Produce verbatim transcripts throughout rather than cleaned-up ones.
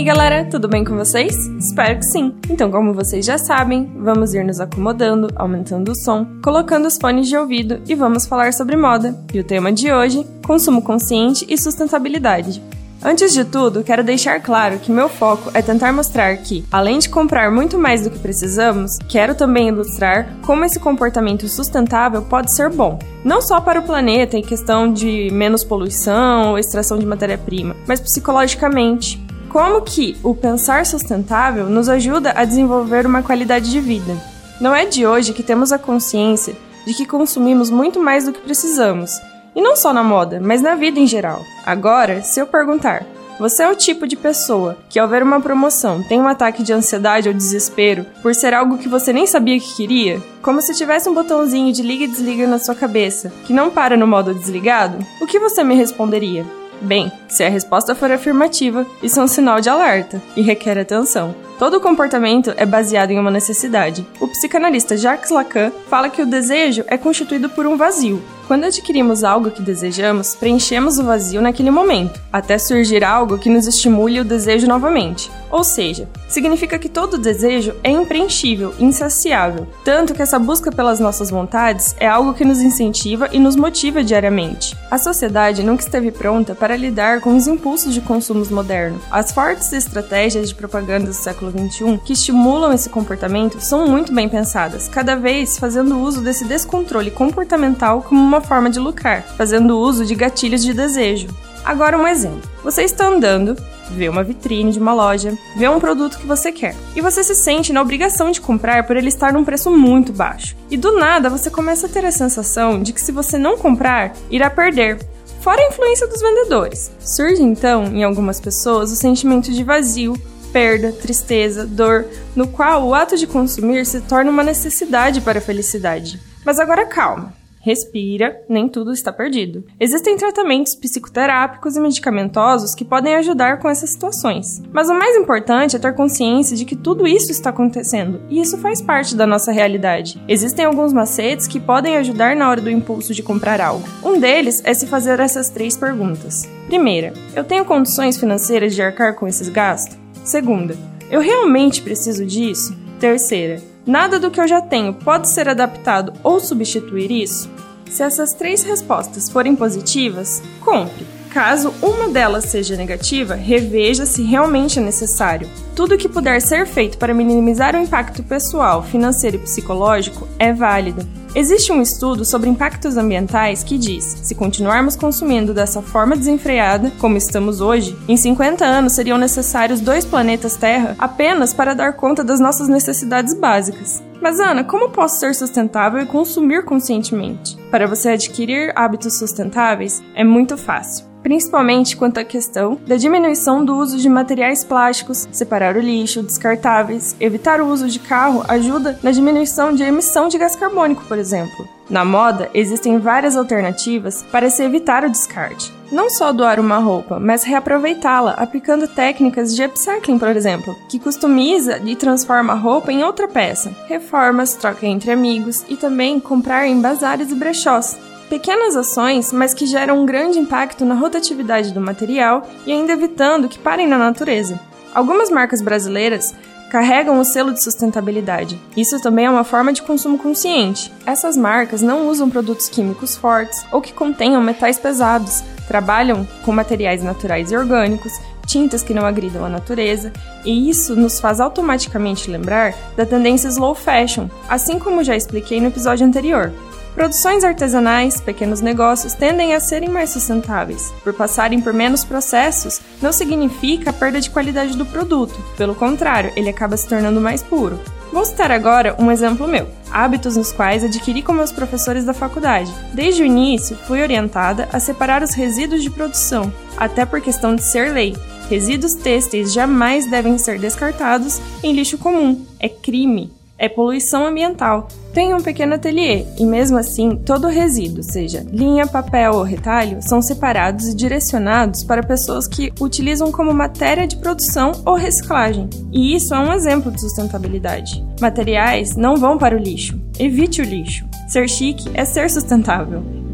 galera, tudo bem com vocês? Espero que sim! Então, como vocês já sabem, vamos ir nos acomodando, aumentando o som, colocando os fones de ouvido e vamos falar sobre moda. E o tema de hoje, consumo consciente e sustentabilidade. Antes de tudo, quero deixar claro que meu foco é tentar mostrar que, além de comprar muito mais do que precisamos, quero também ilustrar como esse comportamento sustentável pode ser bom. Não só para o planeta em questão de menos poluição ou extração de matéria-prima, mas psicologicamente. Como que o pensar sustentável nos ajuda a desenvolver uma qualidade de vida. Não é de hoje que temos a consciência de que consumimos muito mais do que precisamos. E não só na moda, mas na vida em geral. Agora, se eu perguntar, você é o tipo de pessoa que ao ver uma promoção tem um ataque de ansiedade ou desespero por ser algo que você nem sabia que queria? Como se tivesse um botãozinho de liga e desliga na sua cabeça, que não para no modo desligado? O que você me responderia? Bem, se a resposta for afirmativa, isso é um sinal de alerta e requer atenção. Todo comportamento é baseado em uma necessidade. O psicanalista Jacques Lacan fala que o desejo é constituído por um vazio. Quando adquirimos algo que desejamos, preenchemos o vazio naquele momento, até surgir algo que nos estimule o desejo novamente. Ou seja, significa que todo desejo é impreenchível, insaciável, tanto que essa busca pelas nossas vontades é algo que nos incentiva e nos motiva diariamente. A sociedade nunca esteve pronta para lidar com os impulsos de consumos modernos. As fortes estratégias de propaganda do século vinte e um que estimulam esse comportamento são muito bem pensadas, cada vez fazendo uso desse descontrole comportamental como uma forma de lucrar, fazendo uso de gatilhos de desejo. Agora um exemplo. Você está andando, vê uma vitrine de uma loja, vê um produto que você quer, e você se sente na obrigação de comprar por ele estar num preço muito baixo. E do nada você começa a ter a sensação de que se você não comprar, irá perder. Fora a influência dos vendedores. Surge então, em algumas pessoas, o sentimento de vazio, perda, tristeza, dor, no qual o ato de consumir se torna uma necessidade para a felicidade. Mas agora calma. Respira, nem tudo está perdido. Existem tratamentos psicoterápicos e medicamentosos que podem ajudar com essas situações. Mas o mais importante é ter consciência de que tudo isso está acontecendo, e isso faz parte da nossa realidade. Existem alguns macetes que podem ajudar na hora do impulso de comprar algo. Um deles é se fazer essas três perguntas. Primeira, eu tenho condições financeiras de arcar com esses gastos? Segunda, eu realmente preciso disso? Terceira, nada do que eu já tenho pode ser adaptado ou substituir isso? Se essas três respostas forem positivas, compre. Caso uma delas seja negativa, reveja se realmente é necessário. Tudo que puder ser feito para minimizar o impacto pessoal, financeiro e psicológico é válido. Existe um estudo sobre impactos ambientais que diz: se continuarmos consumindo dessa forma desenfreada, como estamos hoje, em cinquenta anos seriam necessários dois planetas Terra apenas para dar conta das nossas necessidades básicas. Mas Ana, como posso ser sustentável e consumir conscientemente? Para você adquirir hábitos sustentáveis, é muito fácil. Principalmente quanto à questão da diminuição do uso de materiais plásticos, separar o lixo, descartáveis, evitar o uso de carro ajuda na diminuição de emissão de gás carbônico, por exemplo. Na moda, existem várias alternativas para se evitar o descarte. Não só doar uma roupa, mas reaproveitá-la, aplicando técnicas de upcycling, por exemplo, que customiza e transforma a roupa em outra peça. Reformas, troca entre amigos e também comprar em bazares e brechós. Pequenas ações, mas que geram um grande impacto na rotatividade do material e ainda evitando que parem na natureza. Algumas marcas brasileiras carregam o selo de sustentabilidade. Isso também é uma forma de consumo consciente. Essas marcas não usam produtos químicos fortes ou que contenham metais pesados, trabalham com materiais naturais e orgânicos, tintas que não agridam a natureza, e isso nos faz automaticamente lembrar da tendência slow fashion, assim como já expliquei no episódio anterior. Produções artesanais, pequenos negócios tendem a serem mais sustentáveis. Por passarem por menos processos, não significa a perda de qualidade do produto. Pelo contrário, ele acaba se tornando mais puro. Vou citar agora um exemplo meu. Hábitos nos quais adquiri com meus professores da faculdade. Desde o início, fui orientada a separar os resíduos de produção, até por questão de ser lei. Resíduos têxteis jamais devem ser descartados em lixo comum. É crime. É poluição ambiental. Tenho um pequeno ateliê e mesmo assim todo resíduo, seja linha, papel ou retalho, são separados e direcionados para pessoas que utilizam como matéria de produção ou reciclagem. E isso é um exemplo de sustentabilidade. Materiais não vão para o lixo. Evite o lixo. Ser chique é ser sustentável.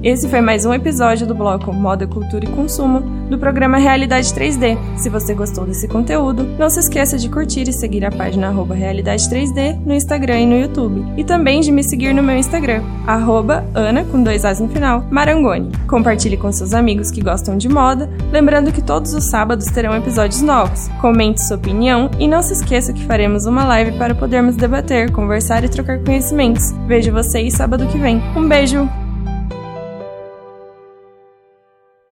Esse foi mais um episódio do bloco Moda, Cultura e Consumo do programa Realidade três D. Se você gostou desse conteúdo, não se esqueça de curtir e seguir a página arroba Realidade três D no Instagram e no YouTube. E também de me seguir no meu Instagram, arroba Ana, com dois As no final, Marangoni. Compartilhe com seus amigos que gostam de moda, lembrando que todos os sábados terão episódios novos. Comente sua opinião e não se esqueça que faremos uma live para podermos debater, conversar e trocar conhecimentos. Vejo vocês sábado que vem. Um beijo!